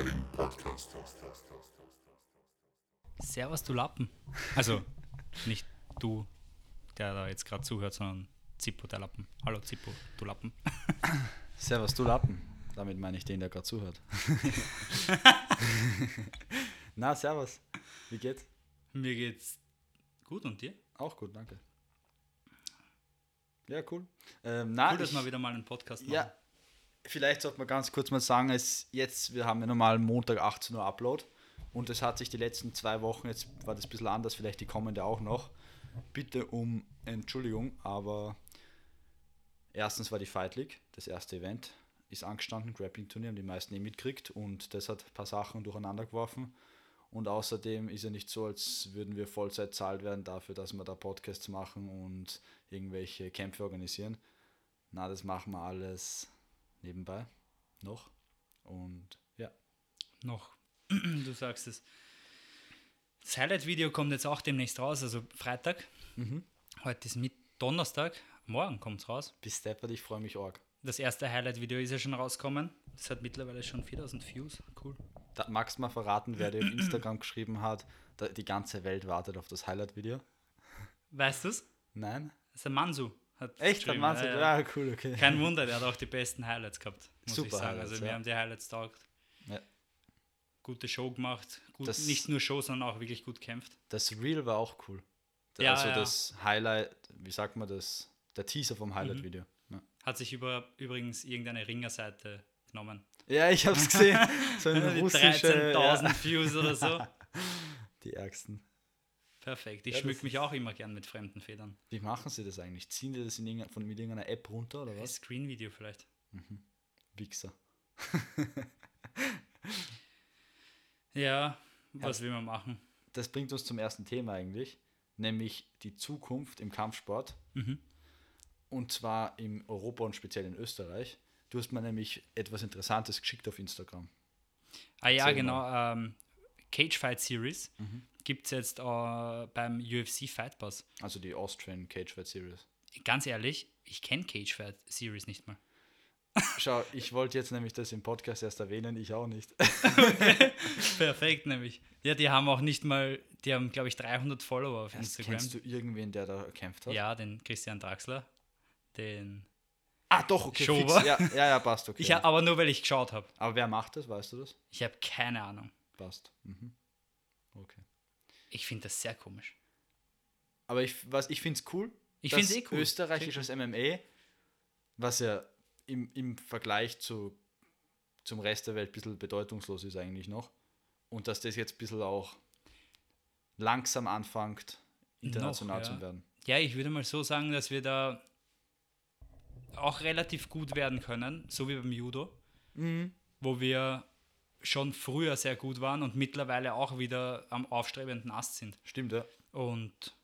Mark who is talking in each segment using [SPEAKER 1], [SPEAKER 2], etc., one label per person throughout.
[SPEAKER 1] Dein Podcast.
[SPEAKER 2] Servus, du Lappen. Also, nicht du, der da jetzt gerade zuhört, sondern Zippo, der Lappen. Hallo Zippo, du Lappen.
[SPEAKER 3] Servus, du Lappen. Damit meine ich den, der gerade zuhört. Na, servus. Wie geht's?
[SPEAKER 2] Mir geht's gut und dir?
[SPEAKER 3] Auch gut, danke. Ja, cool.
[SPEAKER 2] Cool, dass wir wieder mal einen Podcast machen.
[SPEAKER 3] Ja, vielleicht sollte man ganz kurz mal sagen, wir haben ja normal Montag 18 Uhr Upload und es hat sich die letzten 2 Wochen, jetzt war das ein bisschen anders, vielleicht die kommende auch noch. Bitte um Entschuldigung, aber erstens war die Fight League, das erste Event, ist angestanden, Grappling-Turnier, haben die meisten mitgekriegt und das hat ein paar Sachen durcheinander geworfen. Und außerdem ist ja nicht so, als würden wir Vollzeit zahlt werden dafür, dass wir da Podcasts machen und irgendwelche Kämpfe organisieren. Na, das machen wir alles nebenbei noch. Und ja.
[SPEAKER 2] Noch. Du sagst es. Das Highlight-Video kommt jetzt auch demnächst raus, also Freitag. Heute ist Donnerstag. Morgen kommt es raus.
[SPEAKER 3] Bis Stepper, ich freue mich arg.
[SPEAKER 2] Das erste Highlight-Video ist ja schon rausgekommen. Das hat mittlerweile schon 4000 Views. Cool.
[SPEAKER 3] Da magst du mal verraten, wer dir auf Instagram geschrieben hat, die ganze Welt wartet auf das Highlight-Video?
[SPEAKER 2] Weißt du's?
[SPEAKER 3] Nein?
[SPEAKER 2] Das ist der Mansu. Hat
[SPEAKER 3] Echt? Hat
[SPEAKER 2] geschrieben.
[SPEAKER 3] man so?
[SPEAKER 2] Ja.
[SPEAKER 3] Ja, cool, okay.
[SPEAKER 2] Kein Wunder, der hat auch die besten Highlights gehabt, muss
[SPEAKER 3] Super
[SPEAKER 2] ich sagen.
[SPEAKER 3] Highlights,
[SPEAKER 2] Also wir
[SPEAKER 3] ja.
[SPEAKER 2] haben die Highlights taugt.
[SPEAKER 3] Ja.
[SPEAKER 2] Gute Show gemacht.
[SPEAKER 3] Das-
[SPEAKER 2] Nicht nur Show, sondern auch wirklich gut kämpft.
[SPEAKER 3] Das Reel war auch cool.
[SPEAKER 2] Ja,
[SPEAKER 3] Also
[SPEAKER 2] ja.
[SPEAKER 3] das Highlight, wie sagt man das? Der Teaser vom Highlight-Video. Ja.
[SPEAKER 2] Hat sich übrigens irgendeine Ringerseite genommen.
[SPEAKER 3] Ja, ich hab's gesehen. So ein
[SPEAKER 2] Die
[SPEAKER 3] russische...
[SPEAKER 2] 13.000
[SPEAKER 3] Ja,
[SPEAKER 2] Views oder so.
[SPEAKER 3] die ärgsten.
[SPEAKER 2] Perfekt. Ich
[SPEAKER 3] Ja,
[SPEAKER 2] schmück
[SPEAKER 3] das
[SPEAKER 2] mich auch immer gern mit fremden Federn.
[SPEAKER 3] Wie machen sie das eigentlich? Ziehen die das mit irgendeiner App runter oder was?
[SPEAKER 2] Screen-Video vielleicht.
[SPEAKER 3] Wichser.
[SPEAKER 2] Ja, was will man machen?
[SPEAKER 3] Das bringt uns zum ersten Thema eigentlich, nämlich die Zukunft im Kampfsport. Und zwar im Europa und speziell in Österreich. Du hast mir nämlich etwas Interessantes geschickt auf Instagram.
[SPEAKER 2] Ah ja,
[SPEAKER 3] Erzähl
[SPEAKER 2] genau. Cage Fight Series gibt es jetzt beim UFC Fight Pass.
[SPEAKER 3] Also die Austrian Cage Fight Series.
[SPEAKER 2] Ganz ehrlich, ich kenne Cage Fight Series nicht mal.
[SPEAKER 3] Schau, ich wollte jetzt nämlich das im Podcast erst erwähnen, ich auch nicht.
[SPEAKER 2] Perfekt, nämlich. Ja, die haben auch nicht mal, die haben, glaube ich, 300 Follower auf Instagram.
[SPEAKER 3] Kennst du irgendwen, der da gekämpft hat?
[SPEAKER 2] Ja, den Christian Draxler, den...
[SPEAKER 3] Ah, doch, okay,
[SPEAKER 2] Schober.
[SPEAKER 3] fix. Ja, passt, okay.
[SPEAKER 2] Aber nur, weil ich geschaut habe.
[SPEAKER 3] Aber wer macht das, weißt du das?
[SPEAKER 2] Ich habe keine Ahnung.
[SPEAKER 3] Passt. Okay.
[SPEAKER 2] Ich finde das sehr komisch.
[SPEAKER 3] Aber ich finde es cool,
[SPEAKER 2] Ich
[SPEAKER 3] dass
[SPEAKER 2] finde es cool.
[SPEAKER 3] österreichisches MMA, was ja im Vergleich zum Rest der Welt ein bisschen bedeutungslos ist eigentlich noch, und dass das jetzt ein bisschen auch langsam anfängt, international
[SPEAKER 2] Noch, ja.
[SPEAKER 3] zu werden.
[SPEAKER 2] Ja, ich würde mal so sagen, dass wir da auch relativ gut werden können, so wie beim Judo, wo wir schon früher sehr gut waren und mittlerweile auch wieder am aufstrebenden Ast sind.
[SPEAKER 3] Stimmt, ja.
[SPEAKER 2] Und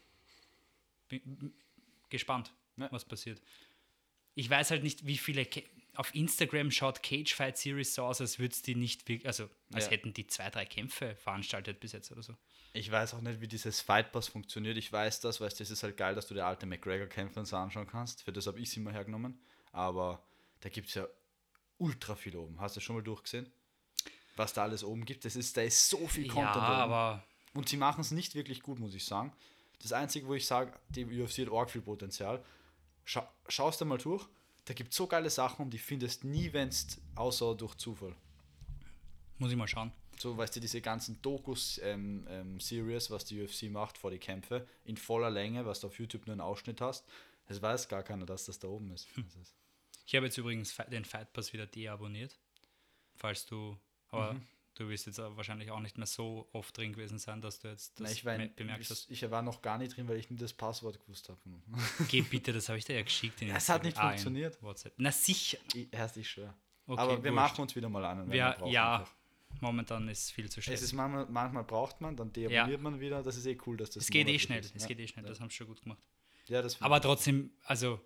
[SPEAKER 2] bin gespannt,
[SPEAKER 3] Ja.
[SPEAKER 2] was passiert. Ich weiß halt nicht, wie viele... Auf Instagram schaut Cage Fight Series so aus, als würde es die nicht wirklich... Also, als
[SPEAKER 3] Ja.
[SPEAKER 2] hätten die 2, 3 Kämpfe veranstaltet bis jetzt oder so.
[SPEAKER 3] Ich weiß auch nicht, wie dieses Fight Pass funktioniert. Ich weiß das, weil das ist halt geil, dass du dir alte McGregor-Kämpfe und so anschauen kannst. Für das habe ich es immer hergenommen. Aber da gibt es ja ultra viel oben. Hast du schon mal durchgesehen? Was da alles oben gibt. Da ist so viel Content
[SPEAKER 2] Ja,
[SPEAKER 3] oben.
[SPEAKER 2] aber...
[SPEAKER 3] Und sie machen es nicht wirklich gut, muss ich sagen. Das Einzige, wo ich sage, die UFC hat arg viel Potenzial. Schaust du mal durch. Da gibt es so geile Sachen und die findest nie, wenn es außer durch Zufall.
[SPEAKER 2] Muss ich mal schauen.
[SPEAKER 3] So, weißt du, diese ganzen Dokus-Series, was die UFC macht vor die Kämpfe, in voller Länge, was du auf YouTube nur einen Ausschnitt hast, das weiß gar keiner, dass das da oben ist.
[SPEAKER 2] Ich habe jetzt übrigens den Fight Pass wieder deabonniert. Falls du... Aber du wirst jetzt wahrscheinlich auch nicht mehr so oft drin gewesen sein, dass du jetzt das bemerkt hast.
[SPEAKER 3] Ich war noch gar nicht drin, weil ich nie das Passwort gewusst habe.
[SPEAKER 2] Geh bitte, das habe ich dir ja geschickt.
[SPEAKER 3] Es hat nicht funktioniert.
[SPEAKER 2] In WhatsApp. Na sicher.
[SPEAKER 3] Ich schwör.
[SPEAKER 2] Okay,
[SPEAKER 3] Aber wir
[SPEAKER 2] wurscht.
[SPEAKER 3] machen uns wieder mal an.
[SPEAKER 2] Momentan ist viel zu schnell.
[SPEAKER 3] Es ist manchmal braucht man, dann deabonniert man wieder. Das ist cool, dass das
[SPEAKER 2] Es geht
[SPEAKER 3] monatlich
[SPEAKER 2] schnell.
[SPEAKER 3] ist.
[SPEAKER 2] Es
[SPEAKER 3] Ja.
[SPEAKER 2] geht schnell. Das haben sie schon gut gemacht.
[SPEAKER 3] Ja, das
[SPEAKER 2] Aber trotzdem, also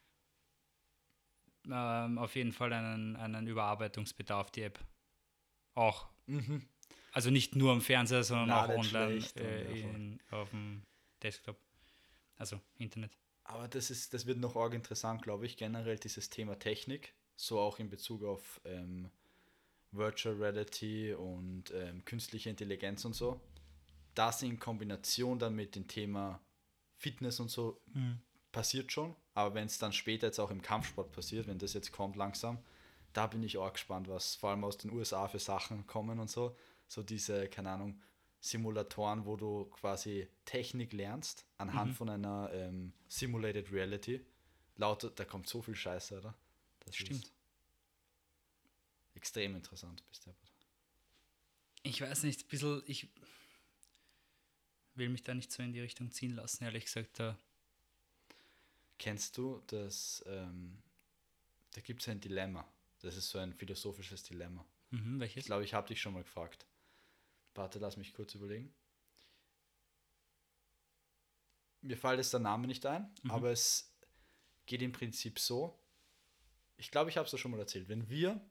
[SPEAKER 2] auf jeden Fall einen Überarbeitungsbedarf, die App. Auch. Also nicht nur am Fernseher, sondern
[SPEAKER 3] Na,
[SPEAKER 2] auch
[SPEAKER 3] nicht
[SPEAKER 2] online
[SPEAKER 3] schlecht, ja,
[SPEAKER 2] auf dem Desktop. Also Internet.
[SPEAKER 3] Aber das wird noch arg interessant, glaube ich, generell dieses Thema Technik, so auch in Bezug auf Virtual Reality und künstliche Intelligenz und so. Das in Kombination dann mit dem Thema Fitness und so passiert schon. Aber wenn es dann später jetzt auch im Kampfsport passiert, wenn das jetzt kommt langsam, da bin ich auch gespannt, was vor allem aus den USA für Sachen kommen und so. So diese, keine Ahnung, Simulatoren, wo du quasi Technik lernst anhand von einer Simulated Reality. Lauter, da kommt so viel Scheiße, oder? Das
[SPEAKER 2] Stimmt.
[SPEAKER 3] ist extrem interessant.
[SPEAKER 2] Ich weiß nicht, ein bisschen, ich will mich da nicht so in die Richtung ziehen lassen, ehrlich gesagt.
[SPEAKER 3] Kennst du das, da gibt es ein Dilemma. Das ist so ein philosophisches Dilemma. Ich
[SPEAKER 2] Welches?
[SPEAKER 3] glaube, ich habe dich schon mal gefragt. Warte, lass mich kurz überlegen. Mir fällt jetzt der Name nicht ein, aber es geht im Prinzip so. Ich glaube, ich habe es dir schon mal erzählt. Wenn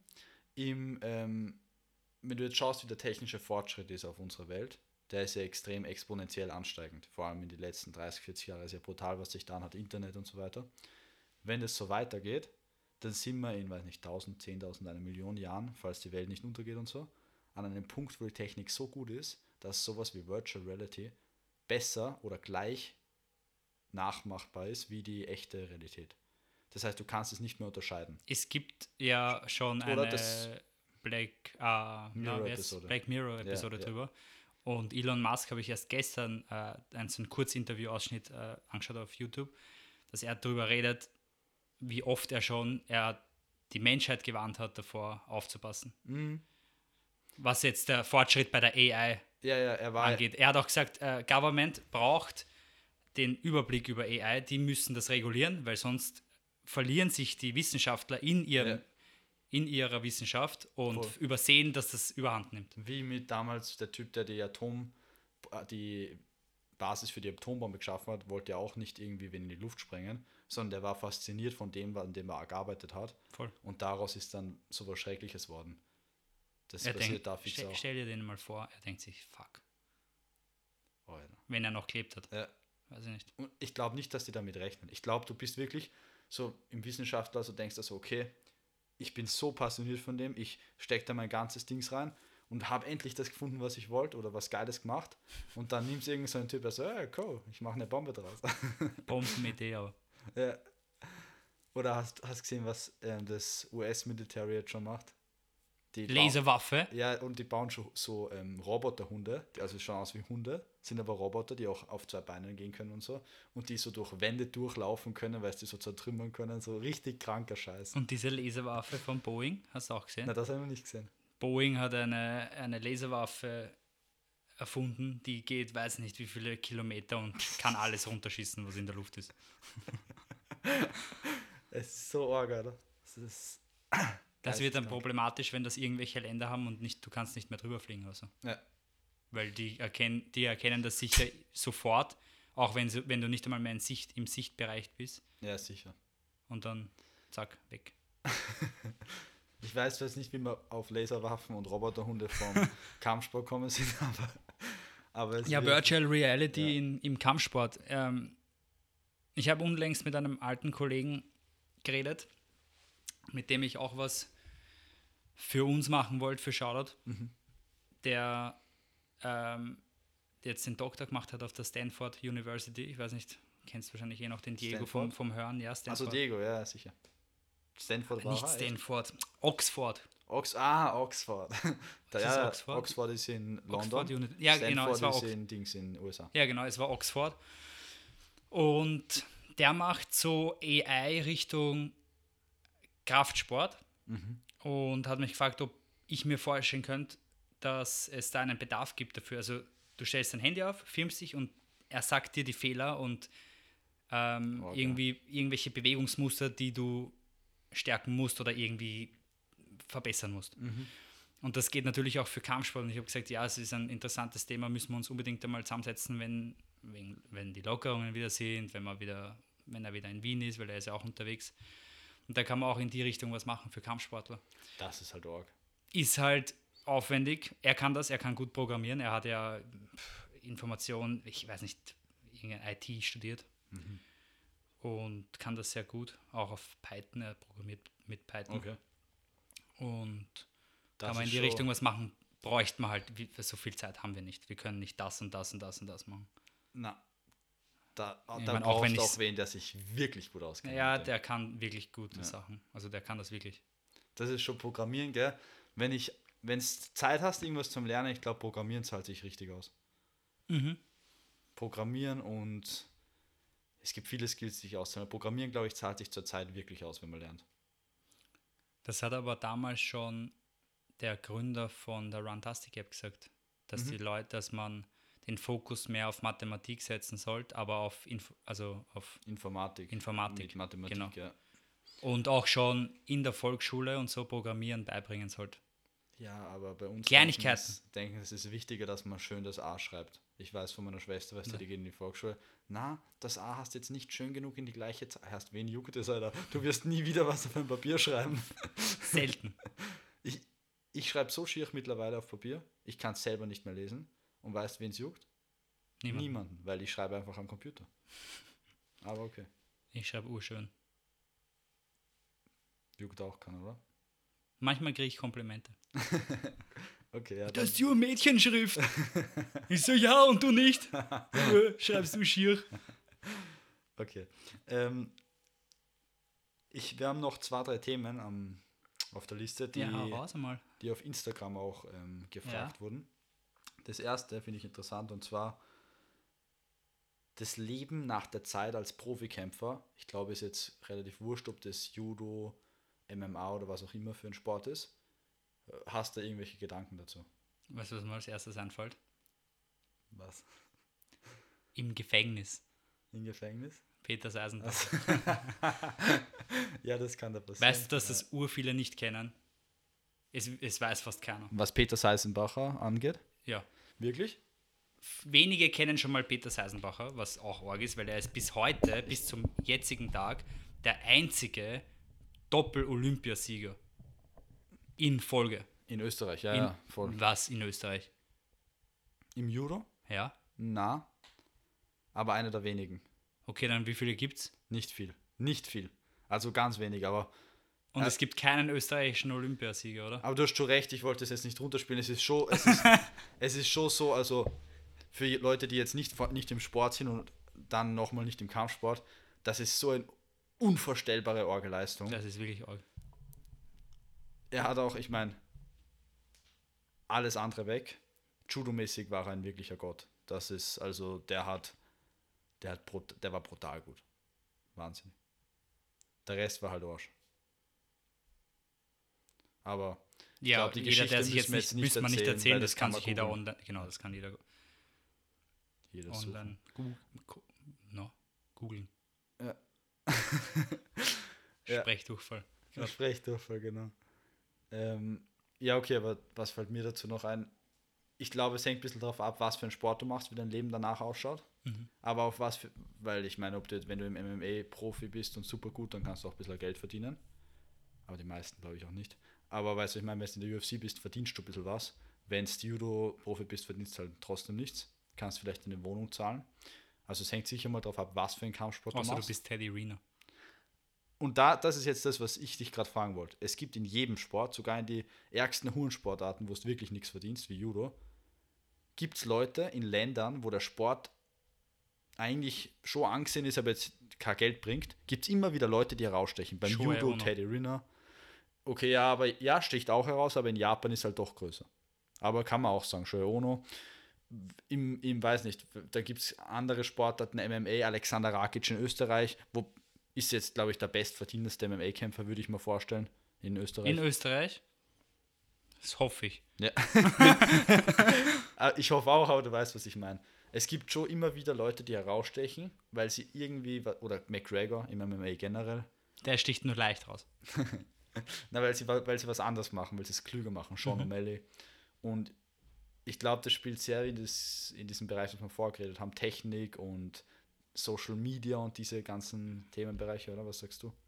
[SPEAKER 3] du jetzt schaust, wie der technische Fortschritt ist auf unserer Welt, der ist ja extrem exponentiell ansteigend. Vor allem in den letzten 30, 40 Jahren ist ja brutal, was sich getan hat, Internet und so weiter. Wenn es so weitergeht, dann sind wir in, weiß nicht, 1000, 10.000, 1 Million Jahren, falls die Welt nicht untergeht und so, an einem Punkt, wo die Technik so gut ist, dass sowas wie Virtual Reality besser oder gleich nachmachbar ist wie die echte Realität. Das heißt, du kannst es nicht mehr unterscheiden.
[SPEAKER 2] Es gibt ja schon
[SPEAKER 3] Oder
[SPEAKER 2] eine
[SPEAKER 3] das
[SPEAKER 2] Black
[SPEAKER 3] Mirror-Episode.
[SPEAKER 2] Mirror-Episode
[SPEAKER 3] Ja.
[SPEAKER 2] drüber. Und Elon Musk habe ich erst gestern so einen Kurzinterview-Ausschnitt angeschaut auf YouTube, dass er darüber redet, wie oft er die Menschheit gewarnt hat, davor aufzupassen. Was jetzt der Fortschritt bei der AI angeht. Er hat auch gesagt, Government braucht den Überblick über AI, die müssen das regulieren, weil sonst verlieren sich die Wissenschaftler in ihrer Wissenschaft und übersehen, dass das Überhand nimmt.
[SPEAKER 3] Wie mit damals der Typ, der die Basis für die Atombombe geschaffen hat, wollte ja auch nicht irgendwie in die Luft sprengen, sondern der war fasziniert von dem, an dem er gearbeitet hat.
[SPEAKER 2] Voll.
[SPEAKER 3] Und daraus ist dann so was Schreckliches worden. Das
[SPEAKER 2] Er
[SPEAKER 3] passiert
[SPEAKER 2] denkt,
[SPEAKER 3] da fix auch.
[SPEAKER 2] stell dir den mal vor, er denkt sich, fuck.
[SPEAKER 3] Oh, ja.
[SPEAKER 2] Wenn er noch gelebt hat.
[SPEAKER 3] Ja.
[SPEAKER 2] Weiß ich nicht.
[SPEAKER 3] Und ich glaube nicht, dass die damit rechnen. Ich glaube, du bist wirklich so im Wissenschaftler, so denkst du so, okay, ich bin so passioniert von dem, ich stecke da mein ganzes Dings rein und habe endlich das gefunden, was ich wollte oder was Geiles gemacht. Und dann nimmst du irgend so einen Typ, der so, hey, cool, ich mache eine Bombe draus.
[SPEAKER 2] Bombenidee, aber.
[SPEAKER 3] Ja. Oder hast gesehen, was das US-Military jetzt schon macht?
[SPEAKER 2] Laserwaffe?
[SPEAKER 3] Ja, und die bauen schon so Roboterhunde, also schauen aus wie Hunde, sind aber Roboter, die auch auf 2 Beinen gehen können und so. Und die so durch Wände durchlaufen können, weil sie so zertrümmern können. So richtig kranker Scheiß.
[SPEAKER 2] Und diese Laserwaffe von Boeing, hast du auch gesehen?
[SPEAKER 3] Na, das habe ich noch nicht gesehen.
[SPEAKER 2] Boeing hat eine Laserwaffe erfunden, die geht, weiß nicht wie viele Kilometer und kann alles runterschießen, was in der Luft ist.
[SPEAKER 3] Es ist so arg, oder?
[SPEAKER 2] Das wird dann problematisch, wenn das irgendwelche Länder haben und du kannst nicht mehr drüber fliegen oder so.
[SPEAKER 3] Ja.
[SPEAKER 2] Weil die erkennen das sicher sofort, auch wenn du nicht einmal mehr im Sichtbereich bist.
[SPEAKER 3] Ja, sicher.
[SPEAKER 2] Und dann, zack, weg.
[SPEAKER 3] Ich weiß jetzt nicht, wie wir auf Laserwaffen und Roboterhunde vom Kampfsport kommen sind, aber es
[SPEAKER 2] ja,
[SPEAKER 3] wird,
[SPEAKER 2] Virtual Reality im Kampfsport. Ich habe unlängst mit einem alten Kollegen geredet, mit dem ich auch was für uns machen wollte, für Shoutout, der jetzt den Doktor gemacht hat auf der Stanford University. Ich weiß nicht, kennst wahrscheinlich noch den Diego vom Hören. Ja, Stanford.
[SPEAKER 3] Also Diego, ja, sicher. Stanford war
[SPEAKER 2] nicht Stanford, Oxford.
[SPEAKER 3] Oxford. Oxford ist in London.
[SPEAKER 2] Ja,
[SPEAKER 3] Stanford
[SPEAKER 2] genau, es war
[SPEAKER 3] ist in den USA.
[SPEAKER 2] Ja, genau, es war Oxford. Und der macht so AI Richtung Kraftsport und hat mich gefragt, ob ich mir vorstellen könnte, dass es da einen Bedarf gibt dafür. Also du stellst dein Handy auf, filmst dich und er sagt dir die Fehler und irgendwelche Bewegungsmuster, die du stärken musst oder irgendwie verbessern musst. Und das geht natürlich auch für Kampfsport. Und ich habe gesagt, ja, es ist ein interessantes Thema, müssen wir uns unbedingt einmal zusammensetzen, wenn die Lockerungen wieder sind, wenn er wieder in Wien ist, weil er ist ja auch unterwegs. Und da kann man auch in die Richtung was machen für Kampfsportler.
[SPEAKER 3] Das ist halt arg.
[SPEAKER 2] Ist halt aufwendig. Er kann gut programmieren. Er hat ja Informationen, ich weiß nicht, irgendein IT studiert und kann das sehr gut. Auch auf Python, er programmiert mit Python.
[SPEAKER 3] Okay.
[SPEAKER 2] Und kann man in die Richtung was machen, bräuchten wir halt, so viel Zeit haben wir nicht. Wir können nicht das und das und das und das machen.
[SPEAKER 3] Na, da
[SPEAKER 2] Ich
[SPEAKER 3] brauchst
[SPEAKER 2] mein,
[SPEAKER 3] du auch wen, der sich wirklich gut auskennt.
[SPEAKER 2] Ja, der kann wirklich gute Sachen. Also der kann das wirklich.
[SPEAKER 3] Das ist schon Programmieren, gell? Wenn es Zeit hast, irgendwas zum Lernen, ich glaube, Programmieren zahlt sich richtig aus. Programmieren und es gibt viele Skills, die sich auszahlen. Programmieren, glaube ich, zahlt sich zurzeit wirklich aus, wenn man lernt.
[SPEAKER 2] Das hat aber damals schon der Gründer von der Runtastic App gesagt, dass die Leute, dass man den Fokus mehr auf Mathematik setzen sollte, aber auf
[SPEAKER 3] Informatik.
[SPEAKER 2] Mit
[SPEAKER 3] Mathematik,
[SPEAKER 2] genau.
[SPEAKER 3] Ja.
[SPEAKER 2] Und auch schon in der Volksschule und so Programmieren beibringen sollte.
[SPEAKER 3] Ja, aber bei uns
[SPEAKER 2] Kleinigkeiten.
[SPEAKER 3] denken, es ist wichtiger, dass man schön das A schreibt. Ich weiß von meiner Schwester, weißt du, die geht in die Volksschule. Na, das A hast jetzt nicht schön genug in die gleiche Zahl. Hast wen juckt es, Alter? Du wirst nie wieder was auf ein Papier schreiben.
[SPEAKER 2] Selten.
[SPEAKER 3] Ich schreibe so schier mittlerweile auf Papier, ich kann es selber nicht mehr lesen. Und weißt, wen es juckt? Niemanden, weil ich schreibe einfach am Computer. Aber okay.
[SPEAKER 2] Ich schreibe urschön.
[SPEAKER 3] Juckt auch keiner, oder?
[SPEAKER 2] Manchmal kriege ich Komplimente.
[SPEAKER 3] Okay, ja.
[SPEAKER 2] Das ist ja Mädchenschrift. Ich so, ja, und du nicht. Schreibst du schier.
[SPEAKER 3] Okay. Wir haben noch 2, 3 Themen auf der Liste, die auf Instagram auch gefragt wurden. Das erste finde ich interessant, und zwar das Leben nach der Zeit als Profikämpfer. Ich glaube, es ist jetzt relativ wurscht, ob das Judo, MMA oder was auch immer für ein Sport ist. Hast du irgendwelche Gedanken dazu?
[SPEAKER 2] Weißt du, was mir als erstes einfällt?
[SPEAKER 3] Was?
[SPEAKER 2] Im Gefängnis.
[SPEAKER 3] Im Gefängnis?
[SPEAKER 2] Peter Seisenbacher.
[SPEAKER 3] Ja, das kann da passieren.
[SPEAKER 2] Weißt du, dass das viele nicht kennen? Es weiß fast keiner.
[SPEAKER 3] Was Peter Seisenbacher angeht?
[SPEAKER 2] Ja.
[SPEAKER 3] Wirklich?
[SPEAKER 2] Wenige kennen schon mal Peter Seisenbacher, was auch arg ist, weil er ist bis heute, bis zum jetzigen Tag, der einzige Doppel-Olympiasieger in Folge.
[SPEAKER 3] In Österreich, ja, voll.
[SPEAKER 2] Was in Österreich?
[SPEAKER 3] Im Judo?
[SPEAKER 2] Ja.
[SPEAKER 3] Na, aber einer der wenigen.
[SPEAKER 2] Okay, dann wie viele gibt's?
[SPEAKER 3] Nicht viel. Also ganz wenig, aber...
[SPEAKER 2] Und es gibt keinen österreichischen Olympiasieger, oder?
[SPEAKER 3] Aber du hast schon recht, ich wollte es jetzt nicht runterspielen. Es ist schon so, also für Leute, die jetzt nicht im Sport sind und dann nochmal nicht im Kampfsport, das ist so eine unvorstellbare Orgelleistung.
[SPEAKER 2] Das ist wirklich arg.
[SPEAKER 3] Er hat auch, ich meine, alles andere weg. Judo-mäßig war er ein wirklicher Gott. Das ist, also, der war brutal gut. Wahnsinn. Der Rest war halt Arsch. Aber ich glaube, die Geschichte
[SPEAKER 2] der sich jetzt müssen wir nicht erzählen, das kann sich jeder
[SPEAKER 3] online.
[SPEAKER 2] Genau, das kann jeder online googeln.
[SPEAKER 3] Ja.
[SPEAKER 2] Sprechdurchfall.
[SPEAKER 3] Ja. Sprechdurchfall, genau. Ja, okay, aber was fällt mir dazu noch ein? Ich glaube, es hängt ein bisschen darauf ab, was für einen Sport du machst, wie dein Leben danach ausschaut. Aber auf was weil ich meine, wenn du im MMA Profi bist und super gut, dann kannst du auch ein bisschen Geld verdienen. Aber die meisten glaube ich auch nicht. Aber weißt du, ich meine, wenn du in der UFC bist, verdienst du ein bisschen was. Wenn du Judo-Profi bist, verdienst du halt trotzdem nichts. Kannst vielleicht eine Wohnung zahlen. Also es hängt sicher mal darauf ab, was für einen Kampfsport du machst.
[SPEAKER 2] Du bist Teddy Riner.
[SPEAKER 3] Und das ist jetzt das, was ich dich gerade fragen wollte. Es gibt in jedem Sport, sogar in die ärgsten Hurensportarten, wo du wirklich nichts verdienst, wie Judo, gibt es Leute in Ländern, wo der Sport eigentlich schon angesehen ist, aber jetzt kein Geld bringt, gibt es immer wieder Leute, die herausstechen. Beim Judo, Teddy Riner. Okay, ja, aber ja, sticht auch heraus, aber in Japan ist halt doch größer. Aber kann man auch sagen, Shohei Ono. Weiß nicht, da gibt es andere Sportarten, MMA, Alexander Rakic in Österreich, wo ist jetzt, glaube ich, der bestverdienendste MMA-Kämpfer, würde ich mir vorstellen, in Österreich.
[SPEAKER 2] In Österreich? Das hoffe ich.
[SPEAKER 3] Ja. Ich hoffe auch, aber du weißt, was ich meine. Es gibt schon immer wieder Leute, die herausstechen, weil sie irgendwie, oder McGregor im MMA generell.
[SPEAKER 2] Der sticht nur leicht raus.
[SPEAKER 3] Na, weil sie was anderes machen, weil sie es klüger machen. Sean O'Malley. Und ich glaube, das spielt sehr in diesem Bereich, was wir vorgeredet haben, Technik und Social Media und diese ganzen Themenbereiche, oder? Was sagst du?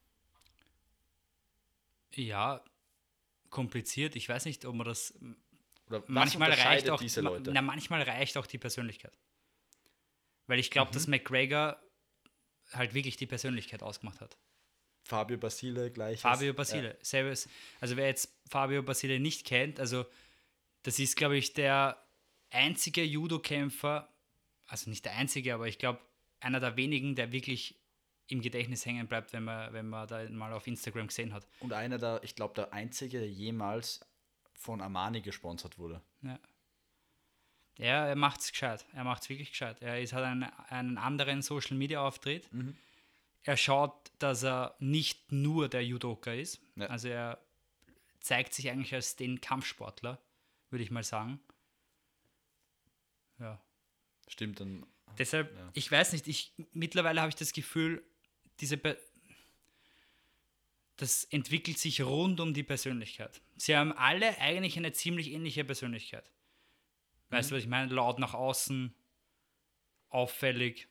[SPEAKER 2] Ja, kompliziert. Ich weiß nicht, ob man das...
[SPEAKER 3] Oder
[SPEAKER 2] manchmal reicht auch
[SPEAKER 3] diese Leute?
[SPEAKER 2] Manchmal reicht auch die Persönlichkeit. Weil ich glaube, dass McGregor halt wirklich die Persönlichkeit ausgemacht hat.
[SPEAKER 3] Fabio Basile gleich.
[SPEAKER 2] Fabio Basile, selbes. Also wer jetzt Fabio Basile nicht kennt, also das ist, glaube ich, der einzige Judo-Kämpfer, also nicht der einzige, aber ich glaube, einer der wenigen, der wirklich im Gedächtnis hängen bleibt, wenn man da mal auf Instagram gesehen hat.
[SPEAKER 3] Und ich glaube, der einzige, der jemals von Armani gesponsert wurde.
[SPEAKER 2] Ja. Ja, er macht's gescheit. Er macht's wirklich gescheit. Hat einen anderen Social-Media-Auftritt. Er schaut, dass er nicht nur der Judoka ist.
[SPEAKER 3] Ja.
[SPEAKER 2] Also er zeigt sich eigentlich als den Kampfsportler, würde ich mal sagen. Ja.
[SPEAKER 3] Stimmt, dann.
[SPEAKER 2] Deshalb, ich weiß nicht, mittlerweile habe ich das Gefühl, das entwickelt sich rund um die Persönlichkeit. Sie haben alle eigentlich eine ziemlich ähnliche Persönlichkeit. Weißt du, was ich meine? Laut nach außen, auffällig.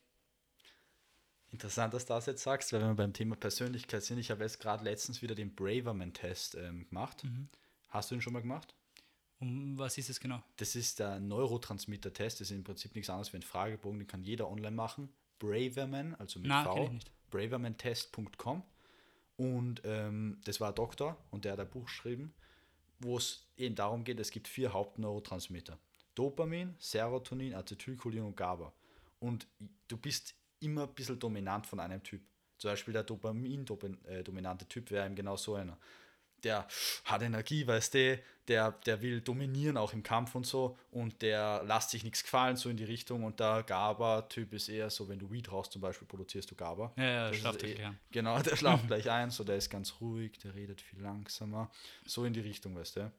[SPEAKER 3] Interessant, dass du das jetzt sagst, weil wenn wir beim Thema Persönlichkeit sind, ich habe jetzt gerade letztens wieder den Braverman-Test gemacht. Hast du ihn schon mal gemacht?
[SPEAKER 2] Um was ist es genau?
[SPEAKER 3] Das ist der Neurotransmitter-Test, das ist im Prinzip nichts anderes wie ein Fragebogen, den kann jeder online machen. Braverman, also mit
[SPEAKER 2] Kenn ich
[SPEAKER 3] V,
[SPEAKER 2] nicht.
[SPEAKER 3] bravermantest.com. Und das war ein Doktor und der hat ein Buch geschrieben, wo es eben darum geht, es gibt 4 Hauptneurotransmitter. Dopamin, Serotonin, Acetylcholin und GABA. Und du bist immer ein bisschen dominant von einem Typ. Zum Beispiel der Dopamin-dominante Typ wäre eben genau so einer. Der hat Energie, weißt du, der will dominieren auch im Kampf und so und der lässt sich nichts gefallen, so in die Richtung. Und der GABA-Typ ist eher so, wenn du Weed rauchst zum Beispiel, produzierst du GABA.
[SPEAKER 2] Ja, schlaft gleich ein.
[SPEAKER 3] Genau, der schlaft gleich ein, so der ist ganz ruhig, der redet viel langsamer. So in die Richtung, weißt du.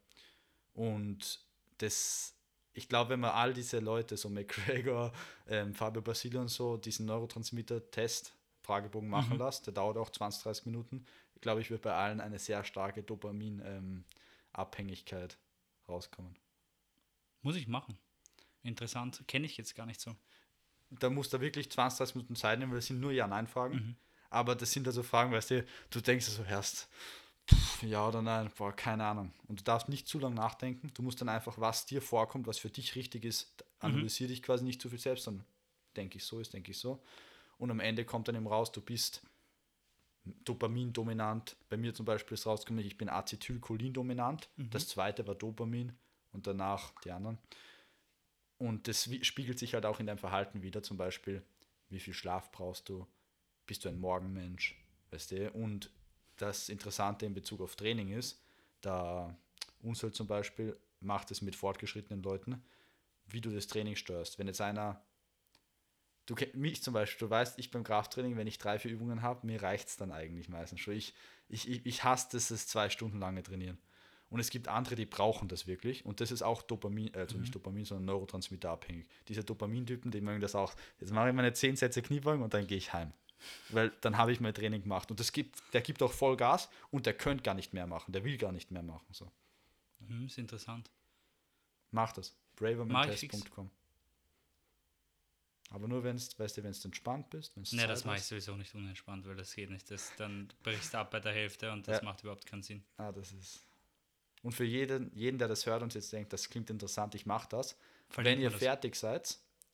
[SPEAKER 3] Und ich glaube, wenn man all diese Leute, so McGregor, Fabio Basile und so, diesen Neurotransmitter-Test, Fragebogen machen lässt, der dauert auch 20, 30 Minuten, ich glaube, ich wird bei allen eine sehr starke Dopamin-Abhängigkeit rauskommen.
[SPEAKER 2] Muss ich machen. Interessant, kenne ich jetzt gar nicht so.
[SPEAKER 3] Da musst du wirklich 20, 30 Minuten Zeit nehmen, weil das sind nur Ja-Nein-Fragen. Aber das sind also Fragen, weißt du denkst so erst, ja oder nein, boah, keine Ahnung. Und du darfst nicht zu lange nachdenken. Du musst dann einfach, was dir vorkommt, was für dich richtig ist, analysier dich quasi nicht zu viel selbst, dann denke ich so. Und am Ende kommt dann eben raus, du bist Dopamin-dominant. Bei mir zum Beispiel ist rausgekommen, ich bin Acetylcholin-dominant. Das zweite war Dopamin und danach die anderen. Und das spiegelt sich halt auch in deinem Verhalten wieder. Zum Beispiel, wie viel Schlaf brauchst du? Bist du ein Morgenmensch? Weißt du? Und das Interessante in Bezug auf Training ist, da Unsel zum Beispiel macht es mit fortgeschrittenen Leuten, wie du das Training steuerst. Wenn jetzt einer, mich zum Beispiel, du weißt, ich beim Krafttraining, wenn ich 3, 4 Übungen habe, mir reicht es dann eigentlich meistens schon. Ich hasse das 2 Stunden lange Trainieren. Und es gibt andere, die brauchen das wirklich. Und das ist auch Dopamin, also nicht Dopamin, sondern Neurotransmitter abhängig. Diese Dopamintypen, die mögen das auch. Jetzt mache ich meine 10 Sätze Kniebeugen und dann gehe ich heim. Weil dann habe ich mein Training gemacht. Und der gibt auch voll Gas und der könnte gar nicht mehr machen. Der will gar nicht mehr machen. So.
[SPEAKER 2] Ist interessant.
[SPEAKER 3] Mach das. bravermantest.com. Aber nur wenn du entspannt bist.
[SPEAKER 2] Ne, das mache ich sowieso nicht unentspannt, weil das geht nicht. Dann brichst du ab bei der Hälfte und das macht überhaupt keinen Sinn.
[SPEAKER 3] Das ist. Und für jeden, der das hört und jetzt denkt, das klingt interessant, ich mache das.
[SPEAKER 2] Verlinken
[SPEAKER 3] wenn ihr fertig seid,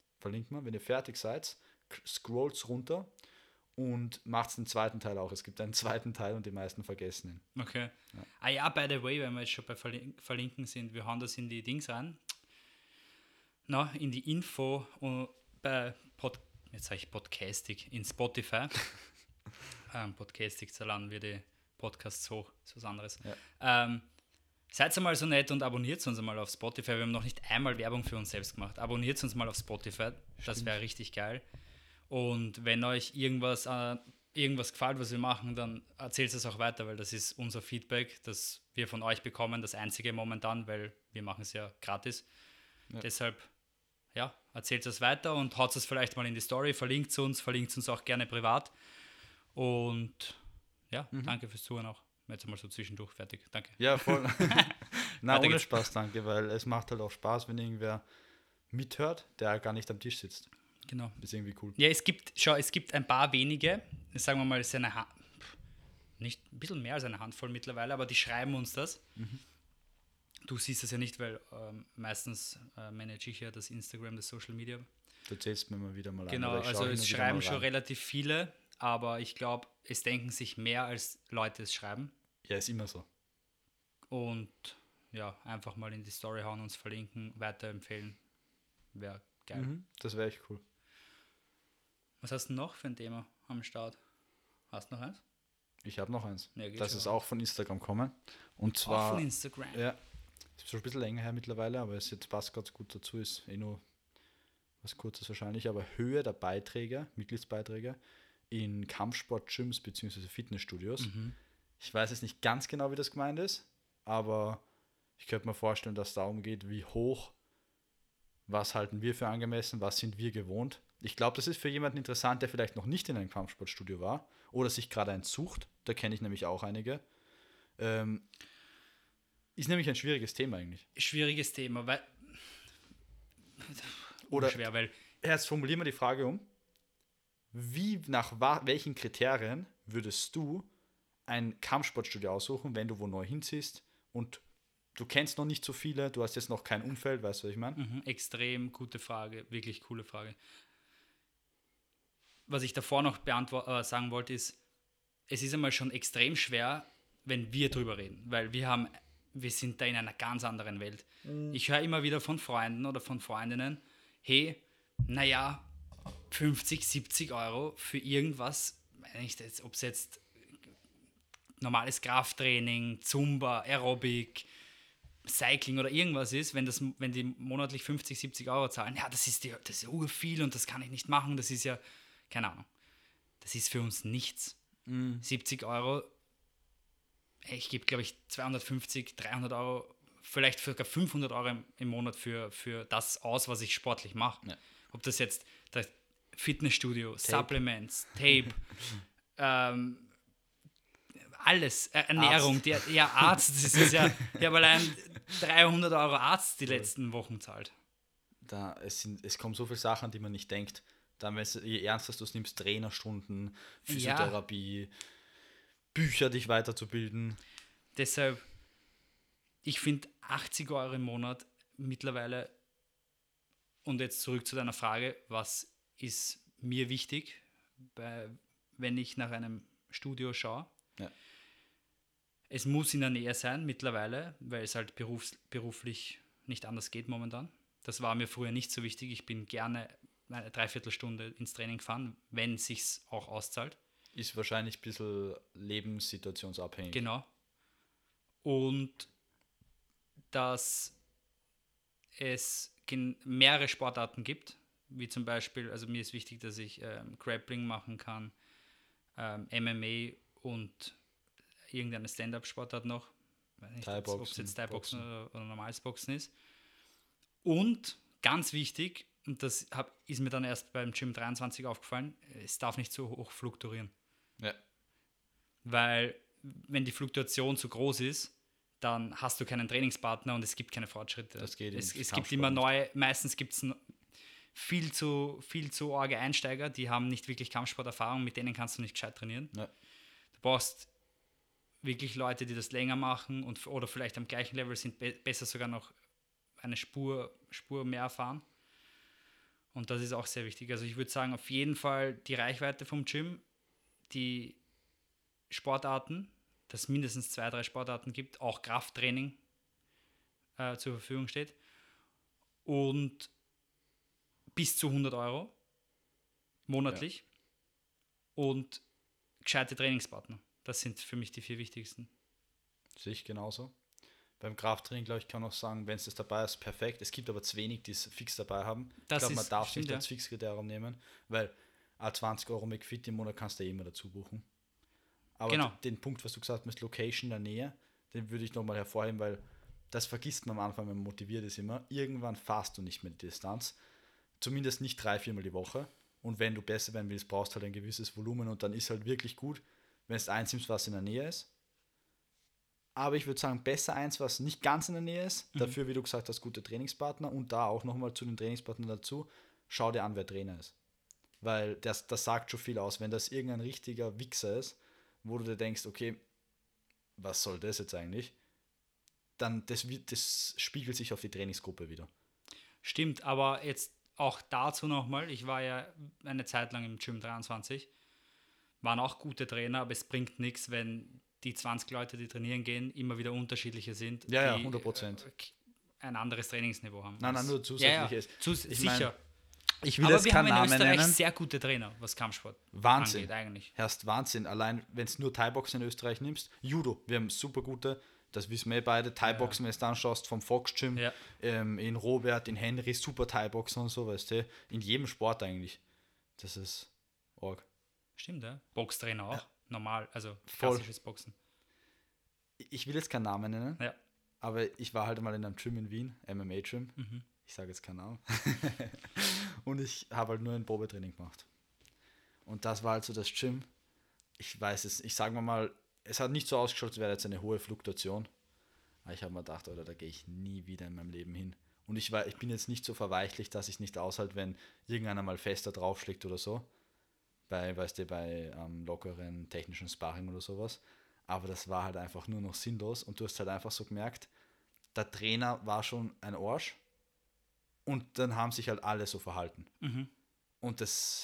[SPEAKER 3] scrollt runter und macht den zweiten Teil auch. Es gibt einen zweiten Teil und die meisten vergessen ihn.
[SPEAKER 2] Okay. Ja. By the way, wenn wir jetzt schon bei Verlinken sind, wir hauen das in die Dings rein. In die Info bei jetzt sage ich Podcasting, in Spotify. Podcasting, da laden wir die Podcasts hoch, ist was anderes. Ja. Seid einmal so nett und abonniert uns einmal auf Spotify. Wir haben noch nicht einmal Werbung für uns selbst gemacht. Abonniert uns mal auf Spotify, das wäre richtig geil. Und wenn euch irgendwas gefällt, was wir machen, dann erzählt es auch weiter, weil das ist unser Feedback, das wir von euch bekommen, das einzige momentan, weil wir machen es ja gratis. Ja. Deshalb, erzählt es weiter und haut es vielleicht mal in die Story, verlinkt uns auch gerne privat. Und danke fürs Zuhören auch. Jetzt einmal so zwischendurch fertig. Danke.
[SPEAKER 3] Ja, voll. Ohne Spaß, danke, weil es macht halt auch Spaß, wenn irgendwer mithört, der gar nicht am Tisch sitzt.
[SPEAKER 2] Genau.
[SPEAKER 3] Das ist irgendwie cool.
[SPEAKER 2] Ja, es gibt ein paar wenige, sagen wir mal, es ist nicht ein bisschen mehr als eine Handvoll mittlerweile, aber die schreiben uns das. Du siehst es ja nicht, weil meistens manage ich ja das Instagram, das Social Media.
[SPEAKER 3] Du zählst mir mal wieder mal
[SPEAKER 2] an. Genau, also es schreiben schon relativ viele, aber ich glaube, es denken sich mehr, als Leute es schreiben.
[SPEAKER 3] Ja, ist immer so.
[SPEAKER 2] Und ja, einfach mal in die Story hauen, uns verlinken, weiterempfehlen. Wäre geil.
[SPEAKER 3] Das wäre echt cool.
[SPEAKER 2] Was hast du noch für ein Thema am Start? Hast du noch eins?
[SPEAKER 3] Ich habe noch eins.
[SPEAKER 2] Ja, geht
[SPEAKER 3] das
[SPEAKER 2] schon.
[SPEAKER 3] ist auch von Instagram kommen. Und
[SPEAKER 2] Auch
[SPEAKER 3] zwar.
[SPEAKER 2] von Instagram.
[SPEAKER 3] Ja, ist schon ein bisschen länger her mittlerweile, aber es jetzt passt ganz gut dazu, ist nur was Kurzes wahrscheinlich, aber Höhe der Beiträge, Mitgliedsbeiträge in Kampfsport-Gyms bzw. Fitnessstudios. Ich weiß jetzt nicht ganz genau, wie das gemeint ist, aber ich könnte mir vorstellen, dass es darum geht, wie hoch, was halten wir für angemessen, was sind wir gewohnt. Ich glaube, das ist für jemanden interessant, der vielleicht noch nicht in einem Kampfsportstudio war oder sich gerade eins sucht. Da kenne ich nämlich auch einige. Ist nämlich ein schwieriges Thema eigentlich.
[SPEAKER 2] Schwieriges Thema, weil.
[SPEAKER 3] Oder
[SPEAKER 2] schwer, weil.
[SPEAKER 3] Jetzt formulieren wir die Frage um. Nach welchen Kriterien würdest du ein Kampfsportstudio aussuchen, wenn du wo neu hinziehst und du kennst noch nicht so viele, du hast jetzt noch kein Umfeld, weißt du, was ich meine?
[SPEAKER 2] Extrem gute Frage, wirklich coole Frage. Was ich davor noch sagen wollte, ist, es ist einmal schon extrem schwer, wenn wir drüber reden, weil wir sind da in einer ganz anderen Welt. Ich höre immer wieder von Freunden oder von Freundinnen, hey, naja, 50, 70 Euro für irgendwas, ob es jetzt normales Krafttraining, Zumba, Aerobic, Cycling oder irgendwas ist, wenn die monatlich 50, 70 Euro zahlen, ja, das ist urviel und das kann ich nicht machen, das ist ja, keine Ahnung, das ist für uns nichts. 70 Euro, ich gebe, glaube ich, 250, 300 Euro, vielleicht sogar 500 Euro im Monat für das aus, was ich sportlich mache.
[SPEAKER 3] Ja.
[SPEAKER 2] Ob das jetzt das Fitnessstudio, Supplements, Tape, alles, Ernährung, Arzt, das ist ja, ich habe allein 300 Euro Arzt die letzten Wochen zahlt.
[SPEAKER 3] Es kommen so viele Sachen, die man nicht denkt. Je ernster du es nimmst, Trainerstunden, Physiotherapie, Bücher, dich weiterzubilden.
[SPEAKER 2] Deshalb, ich finde 80 Euro im Monat mittlerweile, und jetzt zurück zu deiner Frage, was ist mir wichtig, wenn ich nach einem Studio schaue.
[SPEAKER 3] Ja.
[SPEAKER 2] Es muss in der Nähe sein mittlerweile, weil es halt beruflich nicht anders geht momentan. Das war mir früher nicht so wichtig. Ich bin gerne eine Dreiviertelstunde ins Training gefahren, wenn es sich auch auszahlt.
[SPEAKER 3] Ist wahrscheinlich ein bisschen lebenssituationsabhängig.
[SPEAKER 2] Genau. Und dass es mehrere Sportarten gibt, wie zum Beispiel, also mir ist wichtig, dass ich Grappling machen kann, MMA und irgendeine Stand-Up-Sportart noch. Ob es jetzt Thai-Boxen oder normales Boxen ist. Und ganz wichtig, und das ist mir dann erst beim Gym 23 aufgefallen, es darf nicht so hoch fluktuieren.
[SPEAKER 3] Ja.
[SPEAKER 2] Weil wenn die Fluktuation zu groß ist, dann hast du keinen Trainingspartner und es gibt keine Fortschritte.
[SPEAKER 3] Das geht
[SPEAKER 2] es gibt immer neue, meistens gibt es viel zu arge Einsteiger, die haben nicht wirklich Kampfsporterfahrung, mit denen kannst du nicht gescheit trainieren.
[SPEAKER 3] Ja.
[SPEAKER 2] Du brauchst wirklich Leute, die das länger machen oder vielleicht am gleichen Level sind, besser sogar noch eine Spur mehr erfahren. Und das ist auch sehr wichtig. Also ich würde sagen, auf jeden Fall die Reichweite vom Gym, die Sportarten, dass es mindestens 2, 3 Sportarten gibt, auch Krafttraining zur Verfügung steht. Und bis zu 100 Euro monatlich. Ja. Und gescheite Trainingspartner. Das sind für mich die 4 wichtigsten.
[SPEAKER 3] Sehe ich genauso. Beim Krafttraining, glaube ich, kann man auch sagen, wenn es das dabei ist, perfekt. Es gibt aber zu wenig, die es fix dabei haben. Ich glaube, man darf es nicht als Fixkriterium nehmen, weil 20 Euro McFit im Monat kannst du ja immer dazu buchen. Aber genau. Den Punkt, was du gesagt hast, mit Location in der Nähe, den würde ich nochmal hervorheben, weil das vergisst man am Anfang, wenn man motiviert ist immer. Irgendwann fahrst du nicht mehr die Distanz. Zumindest nicht 3-4 Mal die Woche. Und wenn du besser werden willst, brauchst du halt ein gewisses Volumen und dann ist halt wirklich gut, wenn es eins nimmst, was in der Nähe ist. Aber ich würde sagen, besser eins, was nicht ganz in der Nähe ist. Dafür, wie du gesagt hast, gute Trainingspartner. Und da auch nochmal zu den Trainingspartnern dazu, schau dir an, wer Trainer ist. Weil das sagt schon viel aus. Wenn das irgendein richtiger Wichser ist, wo du dir denkst, okay, was soll das jetzt eigentlich? Dann das spiegelt sich auf die Trainingsgruppe wieder.
[SPEAKER 2] Stimmt, aber jetzt auch dazu nochmal, ich war ja eine Zeit lang im Gym 23. waren auch gute Trainer, aber es bringt nichts, wenn die 20 Leute, die trainieren gehen, immer wieder unterschiedliche sind,
[SPEAKER 3] Ja,
[SPEAKER 2] die
[SPEAKER 3] 100%.
[SPEAKER 2] Ein anderes Trainingsniveau haben.
[SPEAKER 3] Nein, nur zusätzlich ist. Ich
[SPEAKER 2] Sicher.
[SPEAKER 3] Ich will
[SPEAKER 2] Aber
[SPEAKER 3] jetzt
[SPEAKER 2] wir
[SPEAKER 3] keinen
[SPEAKER 2] haben in
[SPEAKER 3] Namen
[SPEAKER 2] Österreich
[SPEAKER 3] nennen.
[SPEAKER 2] sehr gute Trainer, was Kampfsport
[SPEAKER 3] Wahnsinn.
[SPEAKER 2] angeht eigentlich.
[SPEAKER 3] Herrscht Wahnsinn. Allein, wenn es nur Thai-Boxen in Österreich nimmst. Judo, wir haben super gute, das wissen wir beide. Thai-Boxen, wenn du dann schaust, vom Fox Gym, in Robert, in Henry, super Thai-Boxen und so, weißt du. In jedem Sport eigentlich. Das ist arg.
[SPEAKER 2] Stimmt, ja. Boxtrainer auch.
[SPEAKER 3] Ja.
[SPEAKER 2] Normal, also
[SPEAKER 3] Voll.
[SPEAKER 2] klassisches Boxen.
[SPEAKER 3] Ich will jetzt keinen Namen nennen,
[SPEAKER 2] Ja.
[SPEAKER 3] aber ich war halt mal in einem Gym in Wien, MMA-Gym. Ich sage jetzt keinen Namen. Und ich habe halt nur ein Probetraining gemacht. Und das war halt so das Gym. Ich weiß es, ich sage mal, es hat nicht so ausgeschaut, als wäre jetzt eine hohe Fluktuation. Aber ich habe mir gedacht, Alter, da gehe ich nie wieder in meinem Leben hin. Und ich bin jetzt nicht so verweichlicht, dass ich nicht aushalte, wenn irgendeiner mal fester draufschlägt oder so. Bei lockeren technischen Sparring oder sowas. Aber das war halt einfach nur noch sinnlos. Und du hast halt einfach so gemerkt, der Trainer war schon ein Arsch. Und dann haben sich halt alle so verhalten. Und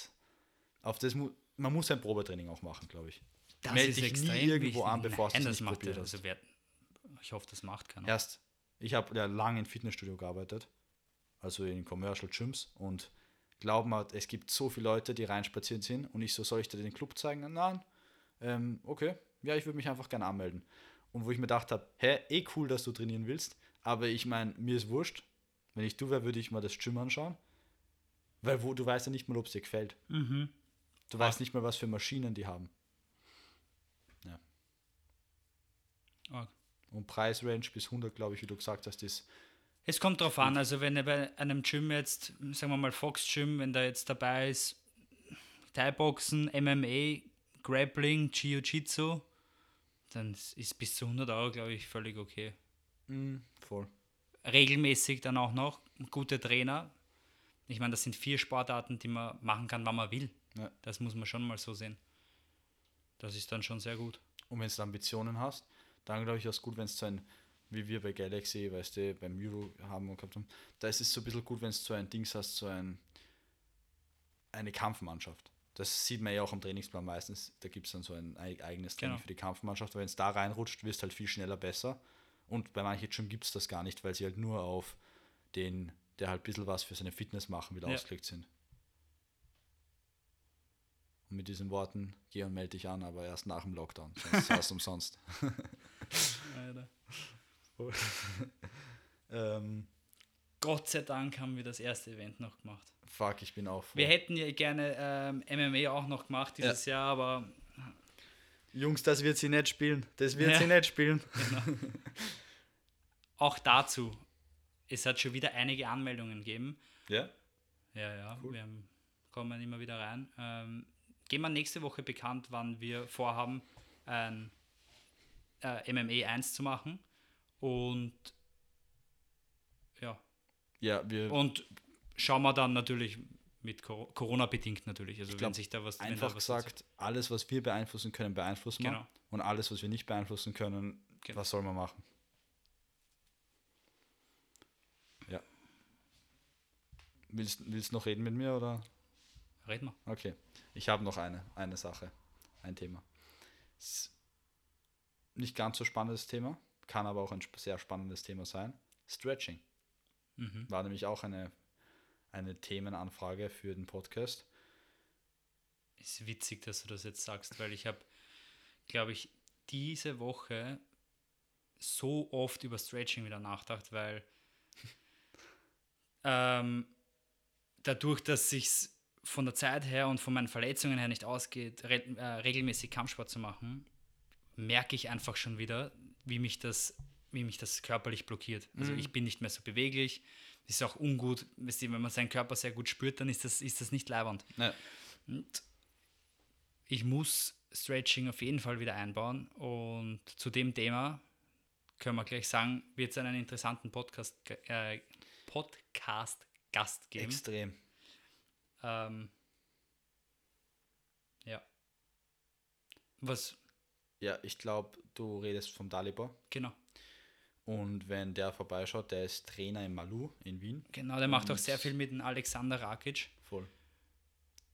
[SPEAKER 3] man muss ein Probetraining auch machen, glaube ich.
[SPEAKER 2] Das
[SPEAKER 3] Meld
[SPEAKER 2] ist
[SPEAKER 3] dich
[SPEAKER 2] extrem
[SPEAKER 3] nie irgendwo
[SPEAKER 2] wichtig.
[SPEAKER 3] an, bevor du es
[SPEAKER 2] das
[SPEAKER 3] nicht
[SPEAKER 2] macht
[SPEAKER 3] probiert
[SPEAKER 2] ja,
[SPEAKER 3] hast.
[SPEAKER 2] also ich hoffe, das macht keiner.
[SPEAKER 3] Ich habe ja lange im Fitnessstudio gearbeitet, also in Commercial Gyms, und glaub mir, es gibt so viele Leute, die reinspaziert sind und ich so, soll ich dir den Club zeigen? Nein, okay, ja, ich würde mich einfach gerne anmelden. Und wo ich mir gedacht habe, cool, dass du trainieren willst, aber ich meine, mir ist wurscht, wenn ich du wäre, würde ich mal das Gym anschauen, weil du weißt ja nicht mal, ob es dir gefällt. Du weißt nicht mal, was für Maschinen die haben. Ja.
[SPEAKER 2] Arg.
[SPEAKER 3] Und Preisrange bis 100, glaube ich, wie du gesagt hast, ist...
[SPEAKER 2] Es kommt drauf an, also wenn ihr bei einem Gym jetzt, sagen wir mal Fox Gym, wenn da jetzt dabei ist, Thai-Boxen, MMA, Grappling, Jiu-Jitsu, dann ist bis zu 100 Euro, glaube ich, völlig okay.
[SPEAKER 3] Voll.
[SPEAKER 2] Regelmäßig dann auch noch, gute Trainer. Ich meine, das sind 4 Sportarten, die man machen kann, wann man will.
[SPEAKER 3] Ja.
[SPEAKER 2] Das muss man schon mal so sehen. Das ist dann schon sehr gut.
[SPEAKER 3] Und wenn du Ambitionen hast, dann glaube ich, ist es gut, wenn es so ein, wie wir bei Galaxy, weißt du, beim Euro haben und gehabt haben, da ist es so ein bisschen gut, wenn du so ein Dings hast, so eine Kampfmannschaft. Das sieht man ja auch am Trainingsplan meistens. Da gibt es dann so ein eigenes Training für die Kampfmannschaft. Wenn es da reinrutscht, wirst du halt viel schneller besser. Und bei manchen Gym gibt es das gar nicht, weil sie halt nur auf den, der halt ein bisschen was für seine Fitness machen will, ausgelegt sind. Und mit diesen Worten, geh und melde dich an, aber erst nach dem Lockdown. Sonst ist es umsonst.
[SPEAKER 2] Gott sei Dank haben wir das erste Event noch gemacht.
[SPEAKER 3] Fuck, ich bin auch froh.
[SPEAKER 2] Wir hätten ja gerne MMA auch noch gemacht dieses Jahr, aber...
[SPEAKER 3] Jungs, das wird sie nicht spielen. Das wird sie nicht spielen.
[SPEAKER 2] Genau. Auch dazu, es hat schon wieder einige Anmeldungen gegeben.
[SPEAKER 3] Ja?
[SPEAKER 2] Ja,
[SPEAKER 3] Cool.
[SPEAKER 2] wir kommen immer wieder rein. Geben wir nächste Woche bekannt, wann wir vorhaben, ein MMA 1 zu machen. Und und schauen wir dann natürlich mit Corona-bedingt natürlich. Also wenn sich da was...
[SPEAKER 3] Einfach gesagt, alles, was wir beeinflussen können, beeinflussen wir.
[SPEAKER 2] Genau.
[SPEAKER 3] Und alles, was wir nicht beeinflussen können, was soll man machen? Ja. Willst du noch reden mit mir, oder?
[SPEAKER 2] Reden wir.
[SPEAKER 3] Okay. Ich habe noch eine Sache, ein Thema. Nicht ganz so spannendes Thema, kann aber auch ein sehr spannendes Thema sein. Stretching. War nämlich auch eine Themenanfrage für den Podcast.
[SPEAKER 2] Ist witzig, dass du das jetzt sagst, weil ich habe, glaube ich, diese Woche so oft über Stretching wieder nachgedacht, weil dadurch, dass sich von der Zeit her und von meinen Verletzungen her nicht ausgeht, regelmäßig Kampfsport zu machen, merke ich einfach schon wieder, wie mich das körperlich blockiert. Also ich bin nicht mehr so beweglich. Das ist auch ungut. Wenn man seinen Körper sehr gut spürt, dann ist das nicht leibernd.
[SPEAKER 3] Ja.
[SPEAKER 2] Und ich muss Stretching auf jeden Fall wieder einbauen. Und zu dem Thema können wir gleich sagen, wird es einen interessanten Podcast-Gast geben.
[SPEAKER 3] Extrem.
[SPEAKER 2] Ja. Was?
[SPEAKER 3] Ja, ich glaube, du redest vom Dalibor.
[SPEAKER 2] Genau.
[SPEAKER 3] Und wenn der vorbeischaut, der ist Trainer im Malu in Wien.
[SPEAKER 2] Genau, der macht auch sehr viel mit dem Alexander Rakic.
[SPEAKER 3] Voll.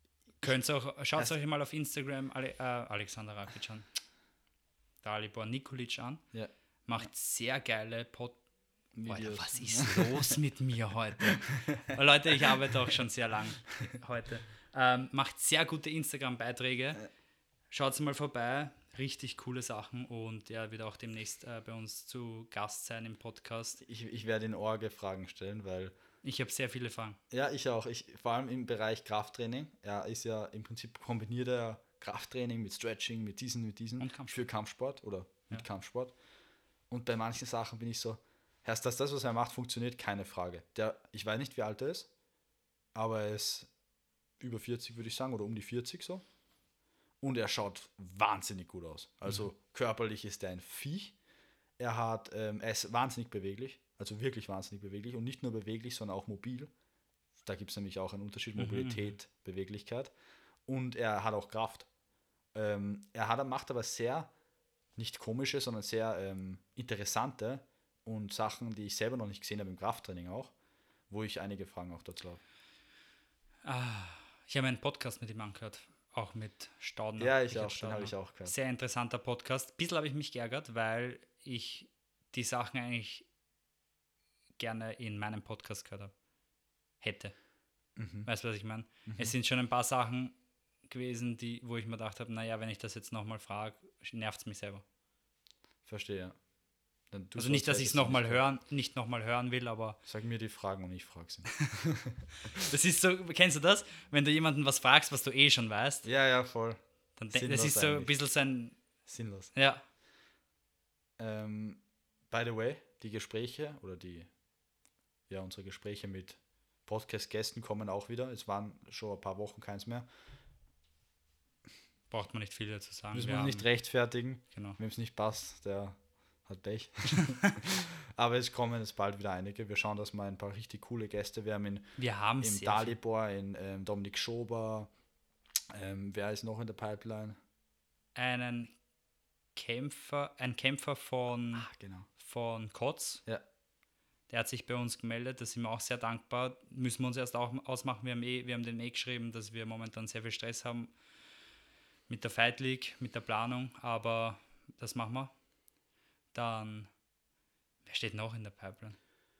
[SPEAKER 2] könnt auch, schaut euch mal auf Instagram Alexander Rakic an. Dalibor Nikolic an.
[SPEAKER 3] Ja.
[SPEAKER 2] Macht sehr geile
[SPEAKER 3] Videos.
[SPEAKER 2] Was ist los mit mir heute? Leute, ich arbeite auch schon sehr lang heute. Macht sehr gute Instagram-Beiträge. Schaut mal vorbei. Richtig coole Sachen und er wird auch demnächst bei uns zu Gast sein im Podcast.
[SPEAKER 3] Ich werde ihn Fragen stellen, weil...
[SPEAKER 2] Ich habe sehr viele Fragen.
[SPEAKER 3] Ja, ich auch. Vor allem im Bereich Krafttraining. Er ist ja im Prinzip kombiniert er Krafttraining mit Stretching, mit diesen
[SPEAKER 2] und Kampfsport.
[SPEAKER 3] für Kampfsport oder mit Kampfsport. Und bei manchen Sachen bin ich so, dass das, was er macht, funktioniert, keine Frage. Ich weiß nicht, wie alt er ist, aber er ist über 40, würde ich sagen, oder um die 40 so. Und er schaut wahnsinnig gut aus. Also körperlich ist er ein Viech. Er ist wahnsinnig beweglich, also wirklich wahnsinnig beweglich. Und nicht nur beweglich, sondern auch mobil. Da gibt es nämlich auch einen Unterschied, Mobilität, Beweglichkeit. Und er hat auch Kraft. Macht aber sehr, nicht komische, sondern sehr interessante und Sachen, die ich selber noch nicht gesehen habe im Krafttraining auch, wo ich einige Fragen auch dazu habe.
[SPEAKER 2] Ich habe einen Podcast mit ihm angehört, auch mit Staudner.
[SPEAKER 3] Ja, den habe ich auch gehört.
[SPEAKER 2] Sehr interessanter Podcast. Ein bisschen habe ich mich geärgert, weil ich die Sachen eigentlich gerne in meinem Podcast gehört habe. Hätte. Weißt du, was ich meine? Es sind schon ein paar Sachen gewesen, wo ich mir gedacht habe, naja, wenn ich das jetzt nochmal frage, nervt es mich selber.
[SPEAKER 3] Verstehe, ja.
[SPEAKER 2] Also nicht, dass ich es nochmal hören will, aber...
[SPEAKER 3] Sag mir die Fragen und ich frage sie.
[SPEAKER 2] Das ist so, kennst du das? Wenn du jemanden was fragst, was du eh schon weißt.
[SPEAKER 3] Ja, voll.
[SPEAKER 2] Dann das ist so ein bisschen sein...
[SPEAKER 3] Sinnlos.
[SPEAKER 2] Ja.
[SPEAKER 3] By the way, die Gespräche oder unsere Gespräche mit Podcast-Gästen kommen auch wieder. Es waren schon ein paar Wochen keins mehr.
[SPEAKER 2] Braucht man nicht viel dazu sagen.
[SPEAKER 3] Müssen wir nicht rechtfertigen.
[SPEAKER 2] Genau.
[SPEAKER 3] Wem es nicht passt, der hat Pech. Aber es kommen jetzt bald wieder einige. Wir schauen, dass wir ein paar richtig coole Gäste. Wir haben im Dalibor, in Dominik Schober. Wer ist noch in der Pipeline?
[SPEAKER 2] Ein Kämpfer von Kotz.
[SPEAKER 3] Ja.
[SPEAKER 2] Der hat sich bei uns gemeldet, da sind wir auch sehr dankbar. Müssen wir uns erst auch ausmachen. Wir haben den geschrieben, dass wir momentan sehr viel Stress haben mit der Fight League, mit der Planung, aber das machen wir. Dann, wer steht noch in der Pipeline?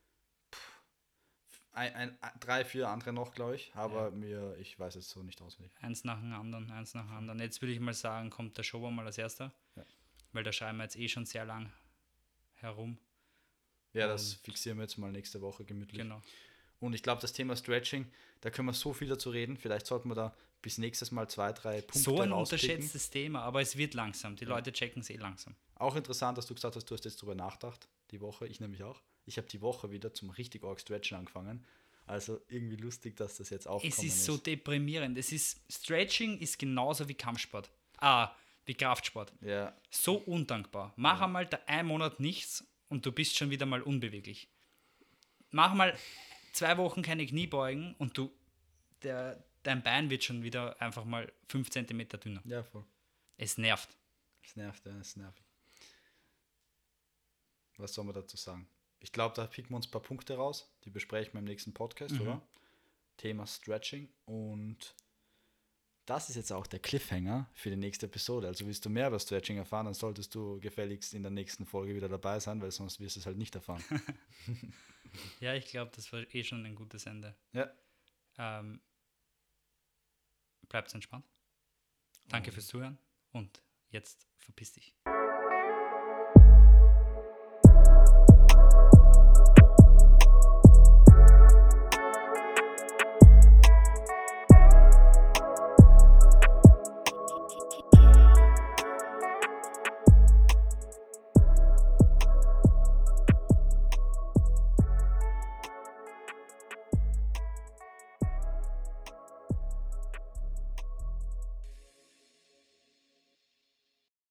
[SPEAKER 3] 3, 4 andere noch, glaube ich, aber ich weiß es so nicht auswendig.
[SPEAKER 2] Eins nach dem anderen. Jetzt würde ich mal sagen, kommt der Schober mal als erster, weil da schreiben wir jetzt schon sehr lang herum.
[SPEAKER 3] Ja, das fixieren wir jetzt mal nächste Woche gemütlich.
[SPEAKER 2] Genau.
[SPEAKER 3] Und ich glaube, das Thema Stretching, da können wir so viel dazu reden. Vielleicht sollten wir da bis nächstes Mal 2, 3 Punkte
[SPEAKER 2] so ein unterschätztes Thema, aber es wird langsam. Die Leute checken es langsam.
[SPEAKER 3] Auch interessant, dass du gesagt hast, du hast jetzt drüber nachgedacht, die Woche. Ich nämlich auch. Ich habe die Woche wieder zum richtig arg Stretchen angefangen. Also irgendwie lustig, dass das jetzt aufkommen ist.
[SPEAKER 2] Es ist so deprimierend. Stretching ist genauso wie Kampfsport. Wie Kraftsport.
[SPEAKER 3] Ja.
[SPEAKER 2] So undankbar. Mach einmal da 1 Monat nichts und du bist schon wieder mal unbeweglich. Mach mal 2 Wochen keine Kniebeugen und dein Bein wird schon wieder einfach mal 5 cm dünner.
[SPEAKER 3] Ja, voll.
[SPEAKER 2] Es nervt.
[SPEAKER 3] Es nervt. Was soll man dazu sagen? Ich glaube, da picken wir uns ein paar Punkte raus. Die besprechen wir im nächsten Podcast, oder? Thema Stretching. Und das ist jetzt auch der Cliffhanger für die nächste Episode. Also willst du mehr über Stretching erfahren, dann solltest du gefälligst in der nächsten Folge wieder dabei sein, weil sonst wirst du es halt nicht erfahren.
[SPEAKER 2] Ja, ich glaube, das war schon ein gutes Ende.
[SPEAKER 3] Ja.
[SPEAKER 2] Bleibt entspannt. Danke fürs Zuhören und jetzt verpiss dich.